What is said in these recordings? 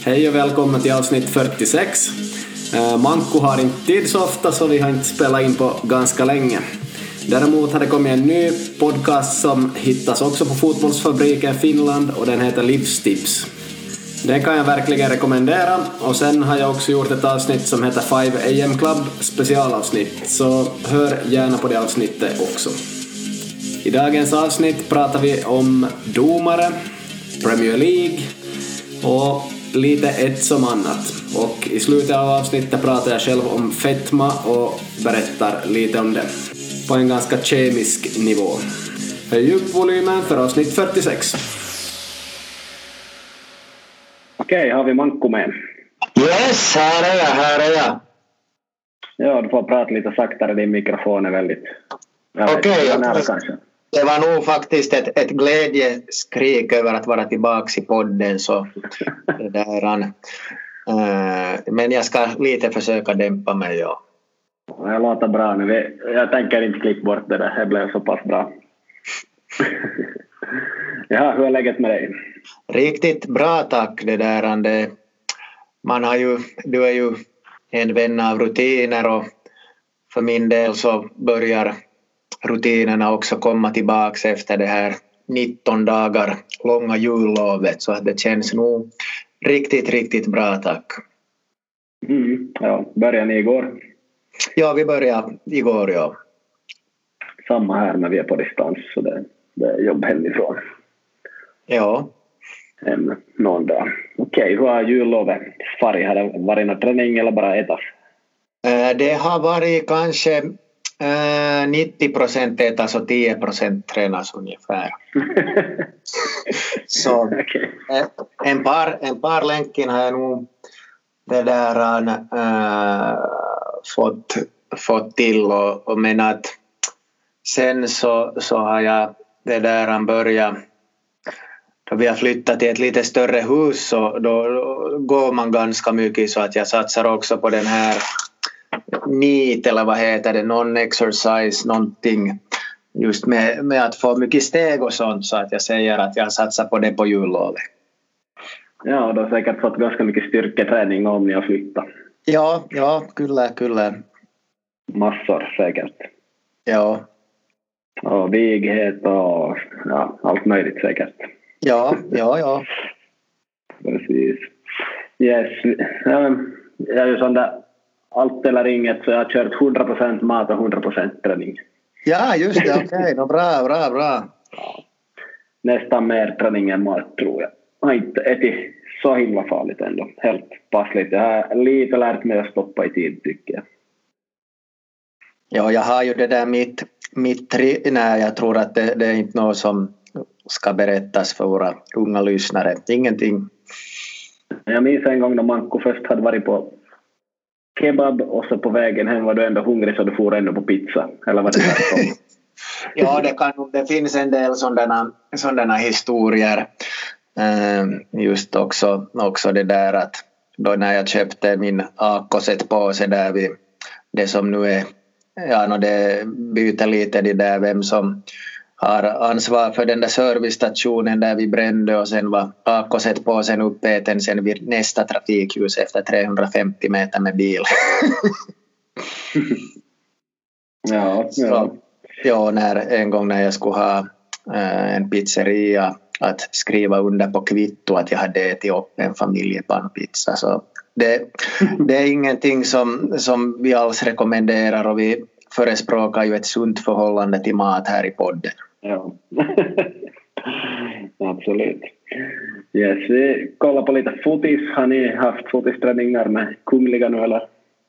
Hej och välkommen till avsnitt 46. Manko har inte tid så ofta så vi har inte spelat in på ganska länge. Däremot har det kommit en ny podcast som hittas också på Fotbollsfabriken Finland och den heter Livstips. Den kan jag verkligen rekommendera, och sen har jag också gjort ett avsnitt som heter 5 AM Club specialavsnitt, så hör gärna på det avsnittet också. I dagens avsnitt pratar vi om domare, Premier League och lite ett som annat. Och i slutet av avsnittet pratar jag själv om fetma och berättar lite om det på en ganska kemisk nivå. Höj upp volymen för avsnitt 46. Okej, har vi Manko med? Yes, här är jag. Ja, du får prata lite saktare, din mikrofon är väldigt... Okej, kanske. Det var nog faktiskt ett glädjeskrik över att vara tillbaka i podden, så det där, men jag ska lite försöka dämpa mig. Ja. Det låter bra nu. Jag tänker inte klippa bort det där, det blev så pass bra. Ja, hur är läget med dig? Riktigt bra, tack. Det där, du är ju en vän av rutiner, och för min del så börjar rutinerna också komma tillbaka efter det här 19 dagar långa jullovet, så att det känns nog riktigt bra, tack. Ja, började ni igår? Ja, vi började igår, ja. Samma här, men vi är på distans, så det är jobb hemifrån. Ja. Någon dag. Okej, hur har jullovet farit? Har det varit någon träning eller bara ätas? Det har varit kanske 90% ätas och 10% tränas ungefär. Så Okay. En par länken har jag nog det där fått till, och men att sen så har jag det där börjat, då vi har flyttat till ett lite större hus, så då går man ganska mycket, så att jag satsar också på den här NEAT, eller vad heter det, non-exercise någonting, just med att få mycket steg och sånt, så att jag säger att jag satsar på det på jullovet. Ja, du har säkert fått ganska mycket styrketräning om ni har flyttat. Ja, kyllä. Massor säkert. Ja. Och vighet och ja, allt möjligt säkert. Ja. Precis. Yes. Jag är ju sån där allt eller inget, så jag har kört 100% mat och 100% träning. Ja, just det, okej. Bra. Nästan mer träning än mat, tror jag. Jag har inte ätit så himla farligt ändå. Helt passligt. Jag har lite lärt mig att stoppa i tid, tycker jag. Ja, jag har ju det där nej, jag tror att det är inte något som ska berättas för våra unga lyssnare. Ingenting. Jag minns en gång när Manko först hade varit på kebab, och så på vägen hem var du ändå hungrig, så du får ändå på pizza. Eller vad det är. Ja, det finns en del sådana historier. Just också det där att då när jag köpte min AK-set-påse där vid det som nu är, det byter lite det där vem som har ansvar för den där servicestationen där vi brände, och sen var AK-set-påsen uppäten sen vid nästa trafikljus efter 350 meter med bil. Ja. Ja, en gång när jag skulle ha en pizzeria att skriva under på kvitto att jag hade ätit upp en familjepannpizza, så det är ingenting som vi alls rekommenderar, och vi förespråkar ju ett sunt förhållande till mat här i podden. Ja, absolut. Yes, vi kollar på lite fotis. Har ni haft fotisträningar med Kungliga nu eller?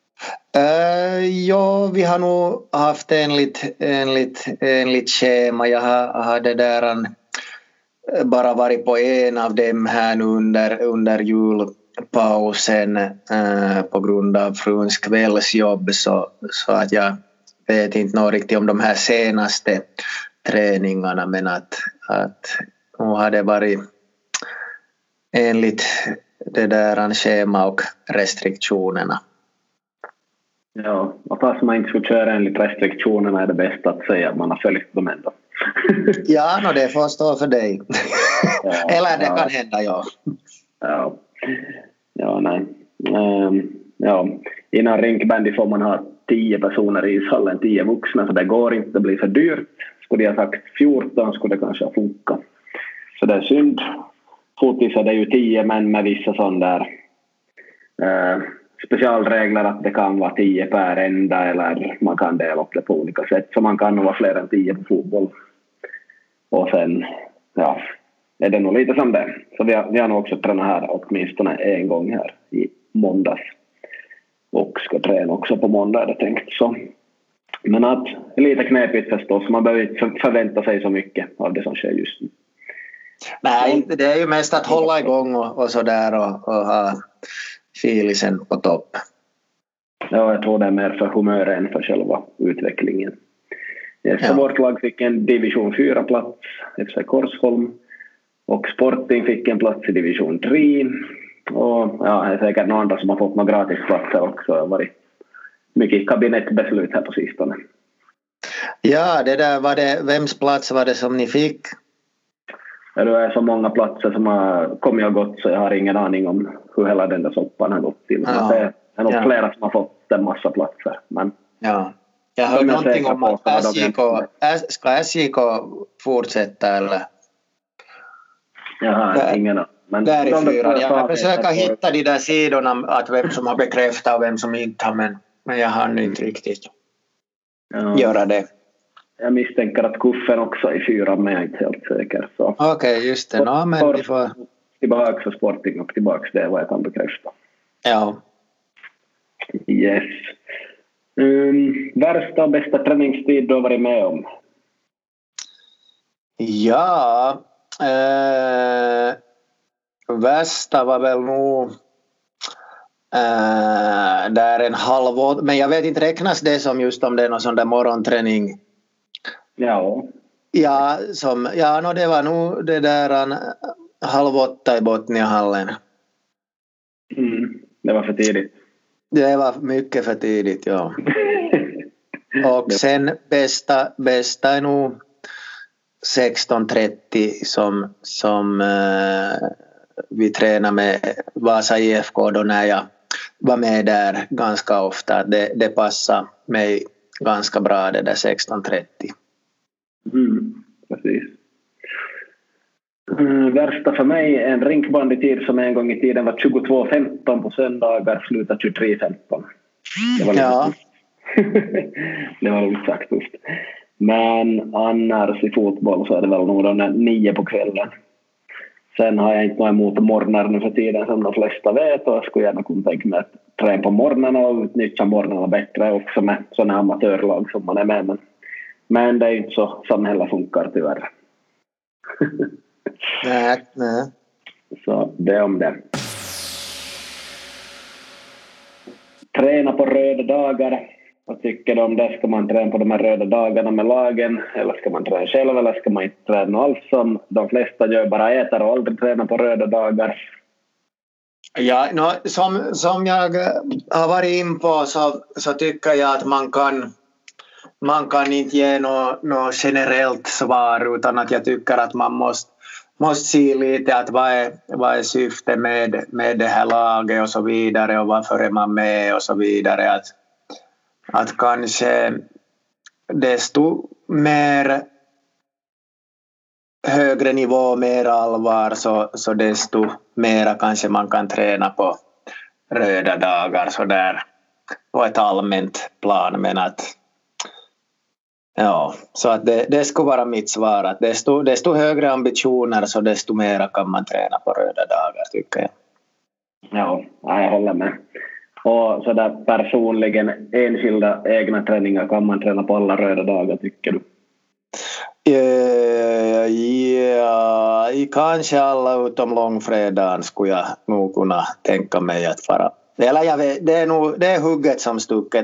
Ja, vi har nog haft enligt schema. Jag har det där bara varit på en av dem här nu under julpausen på grund av fruns kvällsjobb, så att jag vet inte nog riktigt om de här senaste träningarna, men att nu har det varit enligt det där schema och restriktionerna. Ja, och fast man inte skulle köra enligt restriktionerna är det bäst att säga att man har följt dem ändå. Ja, det får stå för dig. Ja, eller det kan hända, ja. Ja. Ja, nej. Ja, innan rinkbandy får man ha 10 personer i ishallen, 10 vuxna, så det går inte, det blir för dyrt. Skulle jag sagt 14 skulle det kanske funka. Så det är synd. Fotis är det ju 10 män med vissa sån där specialregler att det kan vara 10 per ända eller man kan dela upp det på olika sätt. Så man kan nog vara fler än 10 på fotboll. Och sen, ja, är det nog lite som det. Så vi har nog också tränat här åtminstone en gång här i måndags. Och ska träna också på måndag är det tänkt så. Men att lite knepigt förstås. Man behöver inte förvänta sig så mycket av det som sker just nu. Nej, det är ju mest att hålla igång och sådär och ha filisen på topp. Ja, jag tror det är mer för humöret än för själva utvecklingen. Så vårt lag fick en division 4-plats, FC Korsholm. Och Sporting fick en plats i division 3. Och ja, det är säkert någon andra som har fått några gratisplatser också. Det har varit mycket kabinettbeslut här på sistone. Ja, det där var det, vems plats var det som ni fick? Det är så många platser som har kommit och gått så jag har ingen aning om hur hela den där soppan har gått till. Ja. Det är nog flera som har fått en massa platser. Men ja. Jag hörde någonting om att ska SJK fortsätta eller? Jag har ingen aning. Men där i fyran. Jag försöker hitta de där sidorna att vem som har bekräftat och vem som inte har, men jag har inte riktigt göra det. Jag misstänker att Kuffen också är 4, men jag är inte helt säker. Okej, just det. No, men vi får tillbaka för Sporting och tillbaka det är vad jag kan bekräfta. Ja. Yes. Värsta och bästa träningstid du har varit med om? Ja, värsta var väl nog där en halvår, men jag vet inte räknas det som just om det är någon sån där morgonträning. Ja. Ja, det var nog det där 7:30 i Botniahallen. Det var för tidigt. Det var mycket för tidigt, ja. Och sen bästa är nog 16:30 som vi tränar med Vasa IFK då när jag var med där ganska ofta. Det passar mig ganska bra det där 16:30. Precis. Värsta för mig är en rinkbandytid som en gång i tiden var 22:15 på söndagar, slutar 23:15. Det var det var lite sagt just. Men annars i fotboll så är det väl nog de 9 på kvällen. Sen har jag inte något emot morgnar nu för tiden som de flesta vet och jag skulle gärna kunna tänka mig att träna på morgnarna och utnyttja morgnarna bättre också med sådana amatörlag som man är med. Men det är inte så samhället funkar tyvärr. Nej. Så det om det. Träna på röda dagar. Vad tycker du om det? Ska man träna på de här röda dagarna med lagen? Eller ska man träna själv? Eller ska man inte träna alls som de flesta gör? Bara äter och aldrig träna på röda dagar? Ja, som jag har varit in på så tycker jag att man kan inte ge något generellt svar utan att jag tycker att man måste se lite att vad är syftet med det här laget och så vidare och varför är man med och så vidare. Att kanske desto mer högre nivå, mer allvar så desto mera kanske man kan träna på röda dagar så där på ett allmänt plan, men att ja, så att det skulle vara mitt svar att desto högre ambitioner så desto mera kan man träna på röda dagar tycker jag. Ja, jag håller med. Och så där personligen enskilda egna träningar kan man träna på alla röda dagar tycker du? Ja, kanske alla utom långfredagen skulle jag nog kunna tänka mig att fara. Eller jag vet, det är hugget som stucket.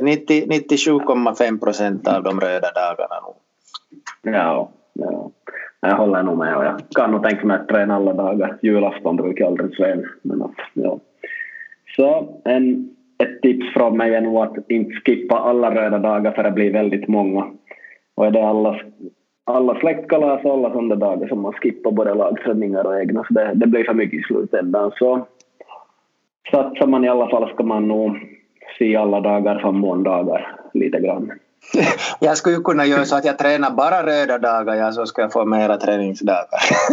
97,5% av de röda dagarna nog. Ja. Jag håller nog med och jag kan nog tänka mig att träna alla dagar. Julafton brukar jag aldrig träna. Men ja. Så ett tips från mig är nog att inte skippa alla röda dagar för det blir väldigt många. Och är det alla släktkalas och alla sådana dagar som man skippar både lagträningar och egna. Så det blir för mycket i slutändan. Så satsar man i alla fall ska man nog se alla dagar som måndagar lite grann. Jag skulle ju kunna göra så att jag tränar bara röda dagar, ja, så ska jag få mera träningsdagar.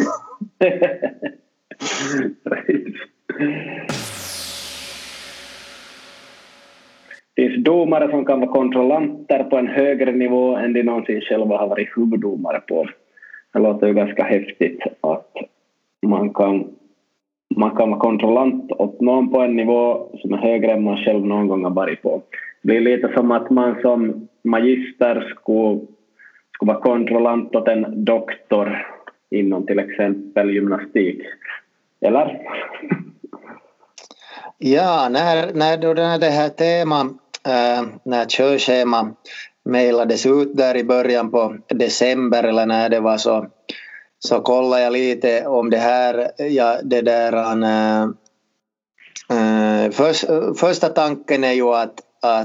Det finns domare som kan vara kontrollanter på en högre nivå än de någonsin själva har varit huvuddomare på. Det låter ju ganska häftigt att man kan vara kontrollant åt någon på en nivå som är högre än man själv någon gång har varit på. Det blir lite som att man som magister skulle vara kontrollant åt en doktor inom till exempel gymnastik. Eller? Ja, när det här när körschema mejlades ut där i början på december eller när det var så kollade jag lite om det här. Ja, det där första tanken är ju att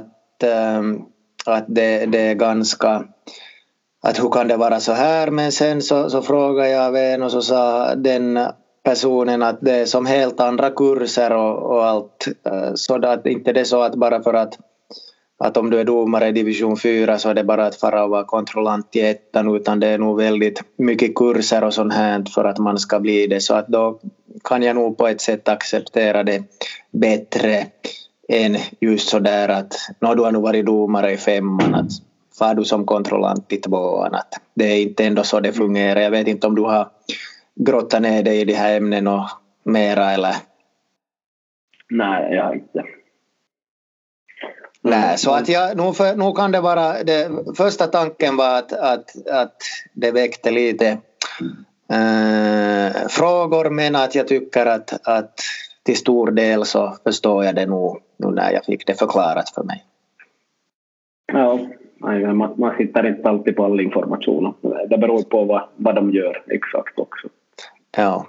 det är ganska, att hur kan det vara så här, men sen så frågade jag en och så sa den personen att det är som helt andra kurser och allt, så att inte det är så att bara för att om du är domare i division 4 så är det bara att fara och vara kontrollant i ettan, utan det är nog väldigt mycket kurser och sånt här för att man ska bli det, så att då kan jag nog på ett sätt acceptera det bättre än just så där att du har nog varit domare i 5:an, att far du som kontrollant i 2:an, att det är inte ändå så det fungerar. Jag vet inte om du har grottat ner dig i de här ämnen och mera eller? Nej, jag har inte. Nej, så att nu kan det vara, det första tanken var att det väckte lite frågor, men att jag tycker att till stor del så förstår jag det nog när jag fick det förklarat för mig. Ja, man sitter inte alltid på all information. Det beror på vad de gör exakt också. Ja.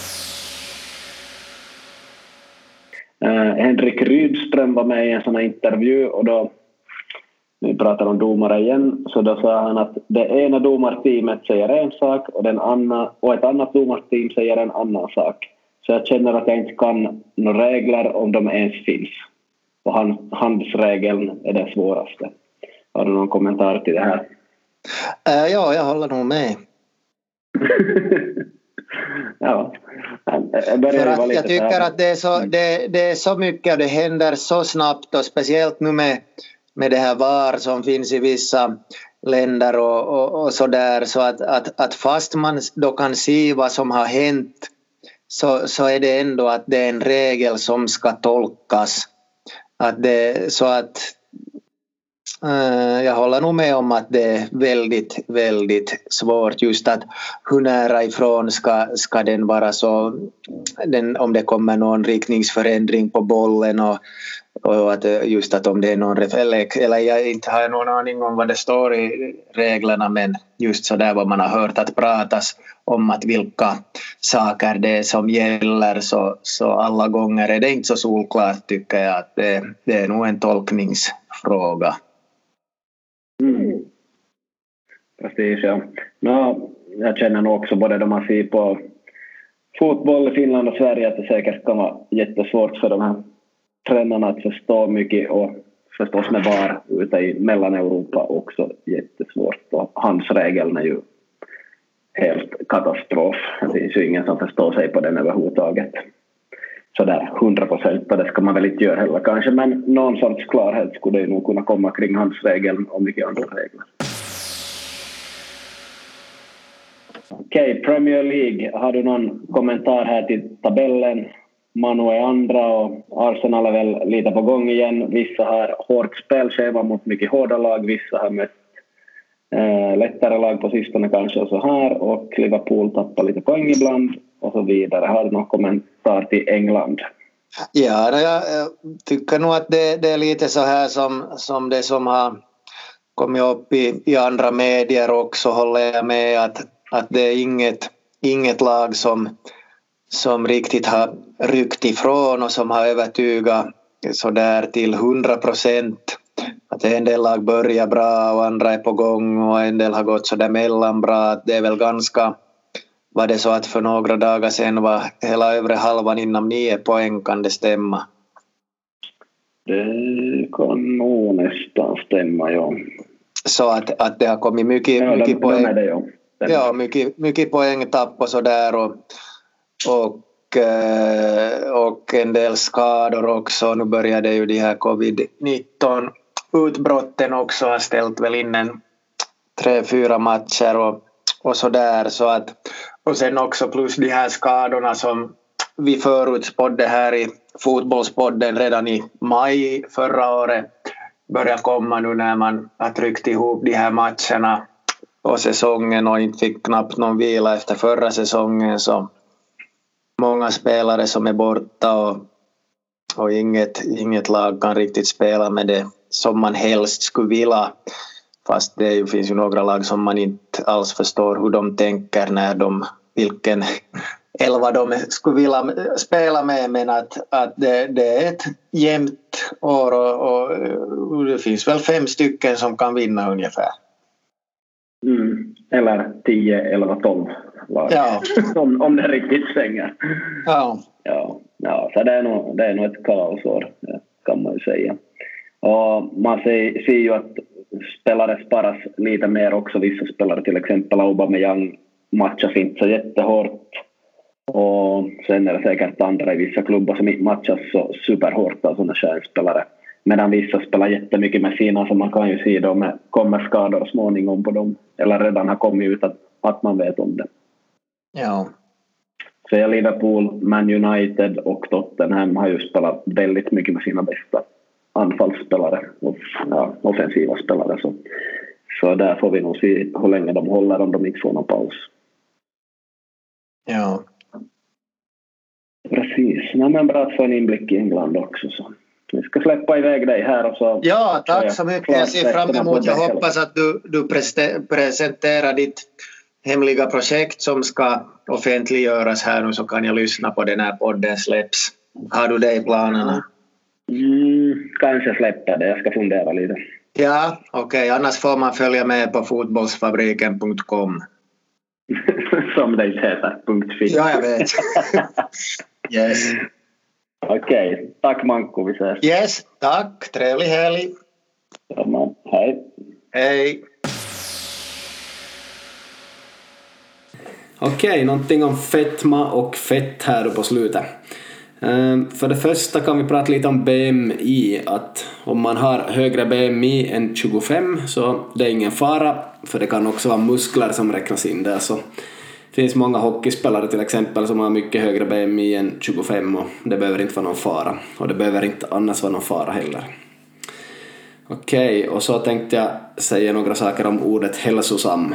Henrik Rydström var med i en sån här intervju, och då, vi pratar om domare igen, så då sa han att det ena domarteamet säger en sak och ett annat domarteam säger en annan sak. Så jag känner att jag inte kan några regler om de ens finns. Och handsregeln är det svåraste. Har du någon kommentar till det här? Ja, jag håller nog med. Ja. För att jag tycker att det är så mycket och det händer så snabbt, och speciellt nu med det här VAR som finns i vissa länder och så där, så att fast man då kan se vad som har hänt, så är det ändå att det är en regel som ska tolkas. Jag håller nog med om att det är väldigt, väldigt svårt just att hur nära ifrån ska den vara, så om det kommer någon riktningsförändring på bollen och att just att om det är någon eller jag inte har någon aning om vad det står i reglerna, men just så där vad man har hört att pratas om att vilka saker det är som gäller, så alla gånger är det inte så solklart, tycker jag, att det är nog en tolkningsfråga. Precis, ja. Jag känner nog också både då man ser på fotboll i Finland och Sverige att det säkert kan vara jättesvårt för de här tränarna att förstå mycket, och förstås med VAR ute i Mellaneuropa också jättesvårt, och handsregeln är ju helt katastrof. Det finns ju ingen som förstår sig på den överhuvudtaget. Sådär 100%, och det ska man väl inte göra heller kanske, men någon sorts klarhet skulle det nog kunna komma kring handsregeln och mycket andra regler. Okej, Premier League. Har du någon kommentar här till tabellen? Manu är andra och Arsenal är väl lite på gång igen. Vissa har hårt spelschema mot mycket hårda lag. Vissa har mött lättare lag på sistone kanske och så här. Och Liverpool tappar lite poäng ibland och så vidare. Har du någon kommentar till England? Ja, jag tycker nog att det är lite så här som det som har kommit upp i andra medier också, håller jag med att det är inget lag som riktigt har ryckt ifrån och som har övertygat så där till 100%. Att en del lag börjar bra och andra är på gång och en del har gått så där mellanbra. Det är väl ganska, var det så att för några dagar sedan var hela övre halvan inom 9 poäng, kan det stämma? Det kan nog nästan stämma, ja. Så att det har kommit mycket poäng. De är det, ja. Ja, mycket poängtapp och sådär och en del skador också. Nu började ju de här covid-19 utbrotten också, har ställt väl in en 3-4 matcher och sådär, så att, och sen också plus de här skadorna som vi förutspådde här i fotbollspodden redan i maj förra året börjar komma nu när man har tryckt ihop de här matcherna och säsongen och inte fick knappt någon vila efter förra säsongen, så många spelare som är borta och inget lag kan riktigt spela med det som man helst skulle vilja, fast det finns ju några lag som man inte alls förstår hur de tänker när vilken 11 de skulle vilja spela med, men att det är ett jämnt år och det finns väl 5 stycken som kan vinna ungefär. Eller 10, 11, 12 lag. Ja. om det riktigt svänger. Ja, så det är nog ett kaosår, kan man ju säga. Och man ser ju att spelare sparas lite mer också. Vissa spelare, till exempel Aubameyang, matchas inte så jättehårt. Och sen är det säkert andra i vissa klubbar som inte matchas så superhårt av sådana kärnspelare. Medan vissa spelar jättemycket med sina, så man kan ju se dem kommer skador småningom på dem. Eller redan har kommit ut att man vet om det. Ja. Så Liverpool, Man United och Tottenham har ju spelat väldigt mycket med sina bästa anfallsspelare och offensiva spelare. Så där får vi nog se hur länge de håller om de inte får någon paus. Ja. Precis. Men bra att få en inblick i England också. Så vi ska släppa iväg dig här. Och så ja, tack så mycket. Jag ser fram emot och hoppas att du presenterar ditt hemliga projekt som ska offentliggöras här nu, så kan jag lyssna på den här podden släpps. Har du det i planerna? Kanske släpper det. Jag ska fundera lite. Ja, okej. Annars får man följa med på fotbollsfabriken.com. Som det heter, .fi. Ja, jag vet. Yes. Okej, tack Manko, vi ses. Yes, tack. Trevlig helg. Ja, hej. Hej. Okej, någonting om fetma och fett här på slutet. För det första kan vi prata lite om BMI, att om man har högre BMI än 25 så det är ingen fara, för det kan också vara muskler som räknas in där. Så det finns många hockeyspelare till exempel som har mycket högre BMI än 25 och det behöver inte vara någon fara, och det behöver inte annars vara någon fara heller. Okej, och så tänkte jag säga några saker om ordet hälsosam.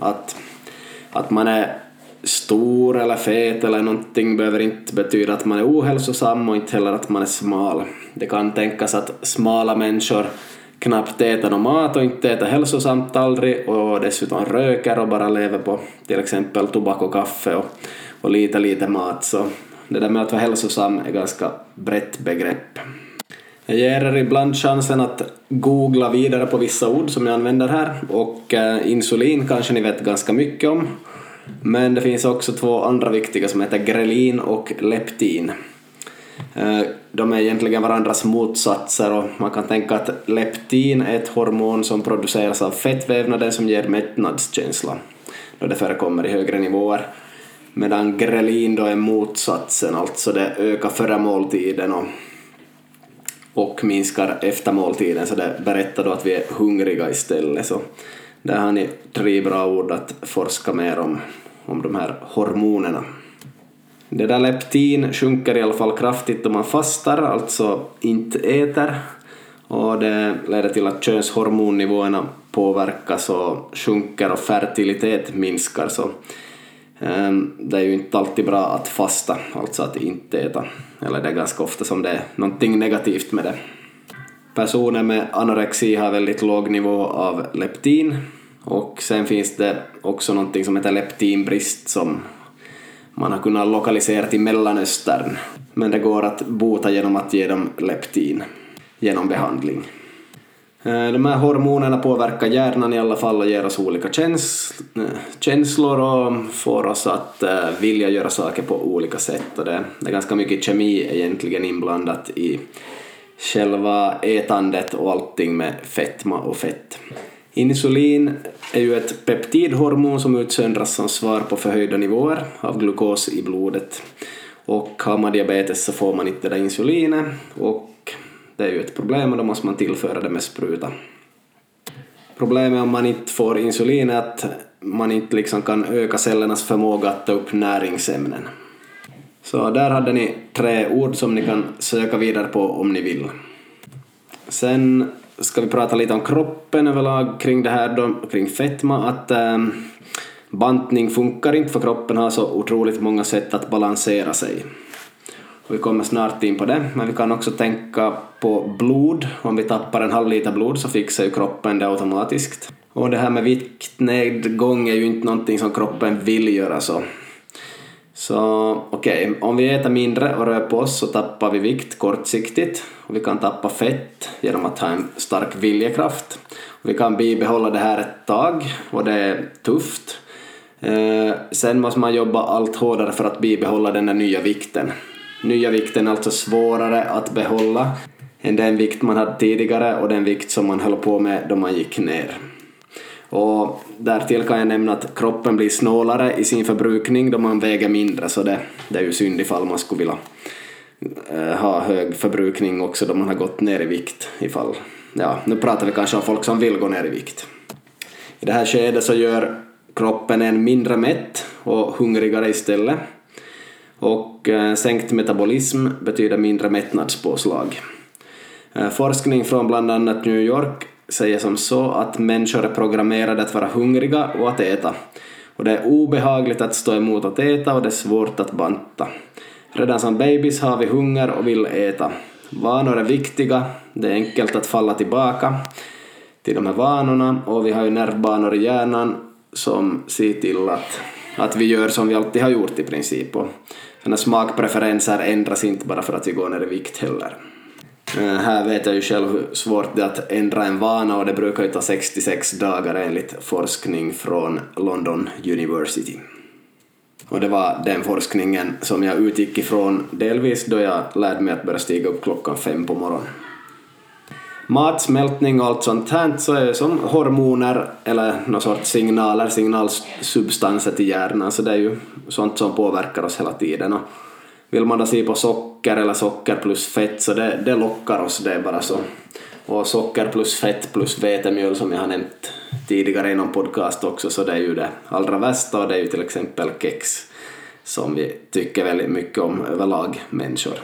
Att man är stor eller fet eller någonting behöver inte betyda att man är ohälsosam, och inte heller att man är smal. Det kan tänkas att smala människor knappt äter någon mat och inte äter hälsosamt aldrig, och dessutom röker och bara lever på till exempel tobak och kaffe och lite mat. Så det där med att vara hälsosam är ganska brett begrepp. Jag ger er ibland chansen att googla vidare på vissa ord som jag använder här, och insulin kanske ni vet ganska mycket om. Men det finns också 2 andra viktiga som heter grelin och leptin. De är egentligen varandras motsatser, och man kan tänka att leptin är ett hormon som produceras av fettvävnader som ger mättnadskänsla då det förekommer i högre nivåer, medan grelin då är motsatsen, alltså det ökar före måltiden och minskar efter måltiden, så det berättar då att vi är hungriga istället. Så där har ni 3 bra ord att forska mer om de här hormonerna. Det där leptin sjunker i alla fall kraftigt om man fastar, alltså inte äter, och det leder till att könshormonnivåerna påverkas och sjunker och fertilitet minskar. Så det är ju inte alltid bra att fasta, alltså att inte äta, eller det är ganska ofta som det är någonting negativt med det. Personer med anorexi har väldigt låg nivå av leptin, och sen finns det också någonting som heter leptinbrist som man har kunnat lokalisera till Mellanöstern, men det går att bota genom att ge dem leptin genom behandling. De här hormonerna påverkar hjärnan i alla fall och ger oss olika känslor och får oss att vilja göra saker på olika sätt, och det är ganska mycket kemi egentligen inblandat själva ätandet och allting med fetma och fett. Insulin är ju ett peptidhormon som utsöndras som svar på förhöjda nivåer av glukos i blodet. Och har man diabetes så får man inte det där insulinet, och det är ju ett problem, och då måste man tillföra det med spruta. Problemet om man inte får insulin är att man inte liksom kan öka cellernas förmåga att ta upp näringsämnen. Så där hade ni 3 ord som ni kan söka vidare på om ni vill. Sen ska vi prata lite om kroppen överlag kring det här då, kring fetma, att bantning funkar inte för kroppen har så otroligt många sätt att balansera sig. Och vi kommer snart in på det, men vi kan också tänka på blod. Om vi tappar en halv liter blod så fixar ju kroppen det automatiskt. Och det här med viktnedgång är ju inte någonting som kroppen vill göra så. Så okej, om vi äter mindre och rör på oss så tappar vi vikt kortsiktigt. Och vi kan tappa fett genom att ha en stark viljekraft. Och vi kan bibehålla det här ett tag, och det är tufft. Sen måste man jobba allt hårdare för att bibehålla den där nya vikten. Nya vikten är alltså svårare att behålla än den vikt man hade tidigare och den vikt som man höll på med då man gick ner. Och därtill kan jag nämna att kroppen blir snålare i sin förbrukning då man väger mindre, så det är ju synd ifall man skulle vilja ha hög förbrukning också då man har gått ner i vikt. Nu pratar vi kanske om folk som vill gå ner i vikt. I det här skedet så gör kroppen en mindre mätt och hungrigare istället. Och sänkt metabolism betyder mindre mättnadspåslag. Forskning från bland annat New York säger som så att människor är programmerade att vara hungriga och att äta. Och det är obehagligt att stå emot att äta, och det är svårt att banta. Redan som babys har vi hunger och vill äta. Vanor är viktiga, det är enkelt att falla tillbaka till de här vanorna, och vi har ju nervbanor i hjärnan som ser till att vi gör som vi alltid har gjort i princip. Och sådana smakpreferenser ändras inte bara för att vi går ner i vikt heller. Här vet jag ju själv hur svårt det är att ändra en vana, och det brukar ju ta 66 dagar enligt forskning från London University. Och det var den forskningen som jag utgick ifrån delvis då jag lärde mig att börja stiga upp klockan 5 på morgonen. Matsmältning och allt sånt här så är som hormoner eller någon sorts signalsubstanser till hjärnan, så det är ju sånt som påverkar oss hela tiden. Och vill man då se på socker eller socker plus fett så det lockar oss, det är bara så. Och socker plus fett plus vetemjöl som jag har nämnt tidigare i någon podcast också, så det är ju det allra värsta, och det är ju till exempel kex som vi tycker väldigt mycket om överlag människor.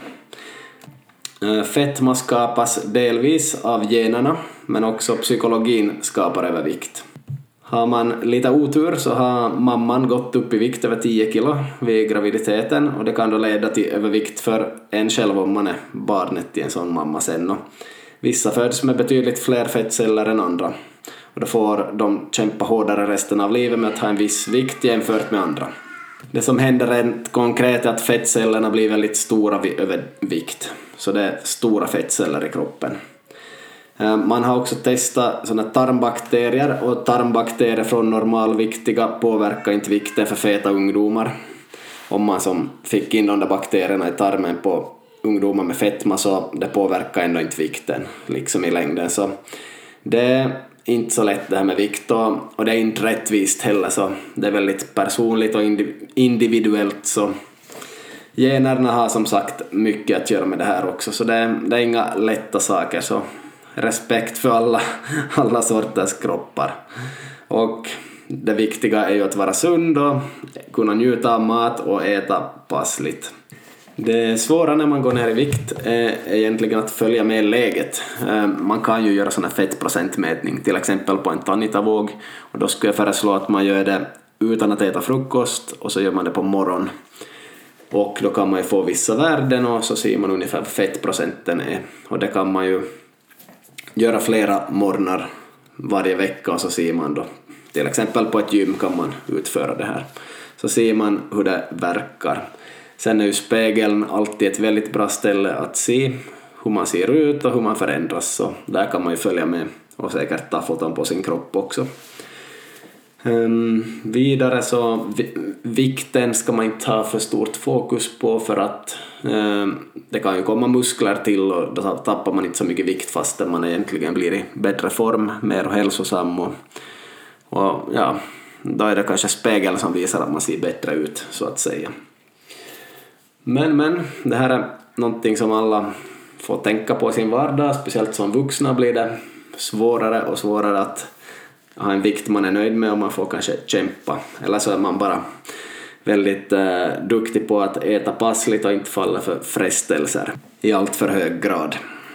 Fetma skapas delvis av generna, men också psykologin skapar övervikt. Har man lite otur så har mamman gått upp i vikt över 10 kilo vid graviditeten, och det kan då leda till övervikt för en själv om man är barnet till en sån mamma sen. Och vissa föds med betydligt fler fettceller än andra, och då får de kämpa hårdare resten av livet med att ha en viss vikt jämfört med andra. Det som händer rent konkret är att fettcellerna blir väldigt stora vid övervikt, så det är stora fettceller i kroppen. Man har också testat såna tarmbakterier, och tarmbakterier från normalviktiga påverkar inte vikten för feta ungdomar. Om man som fick in de där bakterierna i tarmen på ungdomar med fetma, så det påverkar ändå inte vikten liksom i längden. Så det är inte så lätt det här med vikt, och det är inte rättvist heller, så det är väldigt personligt och individuellt. Så generna har som sagt mycket att göra med det här också, så det är inga lätta saker, så respekt för alla sorters kroppar. Och det viktiga är ju att vara sund och kunna njuta av mat och äta passligt. Det svåra när man går ner i vikt är egentligen att följa med läget. Man kan ju göra sån här fettprocentmätning, till exempel på en Tanita-våg, och då skulle jag föreslå att man gör det utan att äta frukost, och så gör man det på morgon. Och då kan man ju få vissa värden, och så ser man ungefär vad fettprocenten är. Och det kan man ju göra flera morgnar varje vecka, och så ser man då, till exempel på ett gym kan man utföra det här. Så ser man hur det verkar. Sen är ju spegeln alltid ett väldigt bra ställe att se hur man ser ut och hur man förändras, så där kan man ju följa med och säkert ta foton på sin kropp också. Vidare så vikten ska man inte ha för stort fokus på, för att det kan ju komma muskler till och då tappar man inte så mycket vikt fast man egentligen blir i bättre form, mer hälsosam och ja, då är det kanske spegel som visar att man ser bättre ut så att säga. Men det här är någonting som alla får tänka på i sin vardag, speciellt som vuxna blir det svårare och svårare att ha en vikt man är nöjd med och man får kanske kämpa, eller så är man bara väldigt duktig på att äta passligt och inte falla för frestelser i allt för hög grad.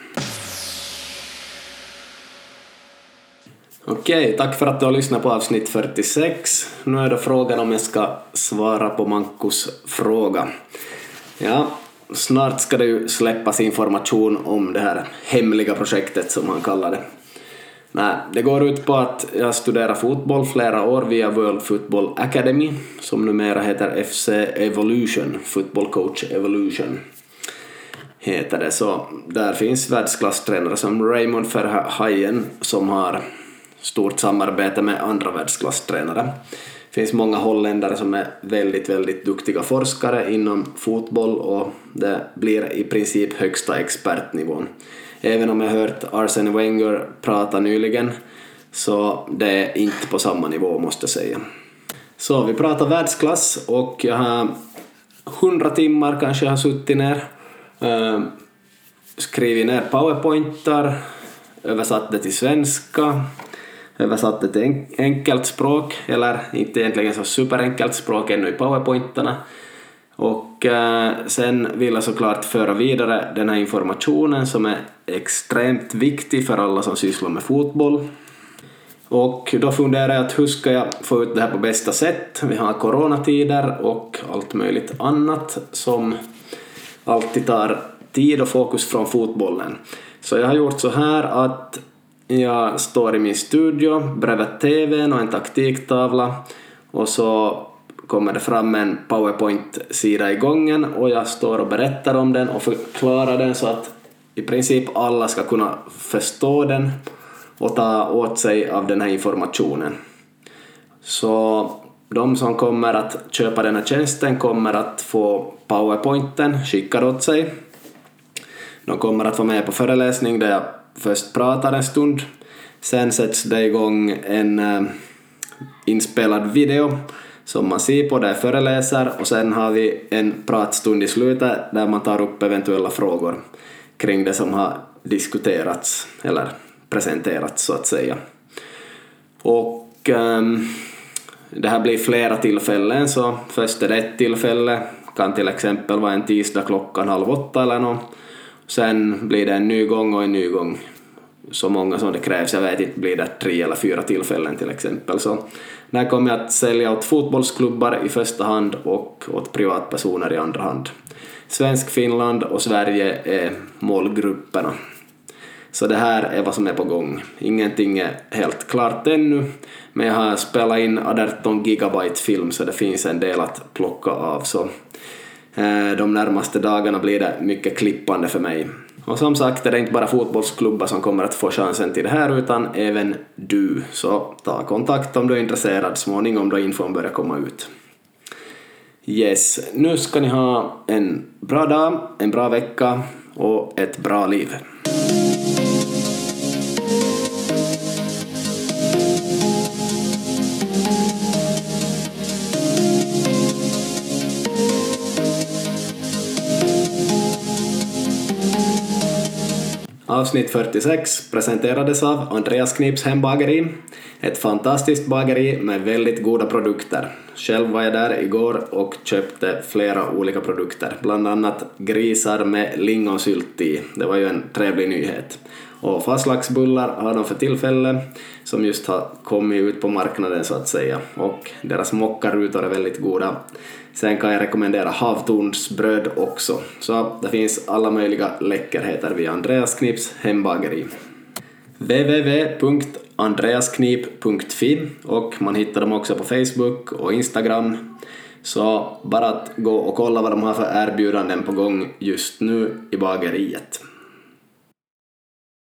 Okej, tack för att du har lyssnat på avsnitt 46. Nu är det frågan om jag ska svara på Mankos fråga. Ja, snart ska det ju släppas information om det här hemliga projektet som han kallar det. Nej, det går ut på att jag studerar fotboll flera år via World Football Academy, som numera heter FC Evolution, Football Coach Evolution heter det. Så där finns världsklasstränare som Raymond Verheyen som har stort samarbete med andra världsklasstränare. Det finns många holländare som är väldigt, väldigt duktiga forskare inom fotboll och det blir i princip högsta expertnivån. Även om jag hört Arsene Wenger prata nyligen så det är inte på samma nivå måste jag säga. Så vi pratar världsklass och jag har 100 timmar kanske jag har suttit ner, skrivit ner powerpointar, översatt det till svenska, översatt det till enkelt språk, eller inte egentligen så superenkelt språk ännu i powerpointarna. Och sen vill jag såklart föra vidare den här informationen som är extremt viktig för alla som sysslar med fotboll. Och då funderar jag att hur ska jag få ut det här på bästa sätt. Vi har coronatider och allt möjligt annat som alltid tar tid och fokus från fotbollen. Så jag har gjort så här att jag står i min studio bredvid tvn och en taktiktavla och så kommer det fram en PowerPoint-sida i gången och jag står och berättar om den och förklarar den så att i princip alla ska kunna förstå den och ta åt sig av den här informationen. Så de som kommer att köpa den här tjänsten kommer att få PowerPointen skickad åt sig. De kommer att vara med på föreläsning där jag först pratar en stund. Sen sätts det igång en inspelad video som man ser på där jag föreläser och sen har vi en pratstund i slutet där man tar upp eventuella frågor kring det som har diskuterats eller presenterats så att säga. Och det här blir flera tillfällen, så först är det ett tillfälle, kan till exempel vara en tisdag 7:30 eller något. Sen blir det en ny gång och en ny gång. Så många som det krävs, jag vet inte, blir det 3 eller 4 tillfällen till exempel. Så där kommer jag att sälja åt fotbollsklubbar i första hand och åt privatpersoner i andra hand. Svensk, Finland och Sverige är målgrupperna. Så det här är vad som är på gång. Ingenting är helt klart ännu, men jag har spelat in 18 gigabyte film så det finns en del att plocka av. Så de närmaste dagarna blir det mycket klippande för mig. Och som sagt är det inte bara fotbollsklubbar som kommer att få chansen till det här utan även du. Så ta kontakt om du är intresserad småningom då infon börjar komma ut. Yes, nu ska ni ha en bra dag, en bra vecka och ett bra liv. Avsnitt 46 presenterades av Andreas Knips hembageri. Ett fantastiskt bageri med väldigt goda produkter. Själv var jag där igår och köpte flera olika produkter. Bland annat grisar med lingonsylt i. Det var ju en trevlig nyhet. Och fastlagsbullar har de för tillfälle som just har kommit ut på marknaden så att säga. Och deras mockarutor är väldigt goda. Sen kan jag rekommendera havtornsbröd också. Så det finns alla möjliga läckerheter via Andreas Knips hembageri. www.andreasknip.fi och man hittar dem också på Facebook och Instagram. Så bara att gå och kolla vad de har för erbjudanden på gång just nu i bageriet.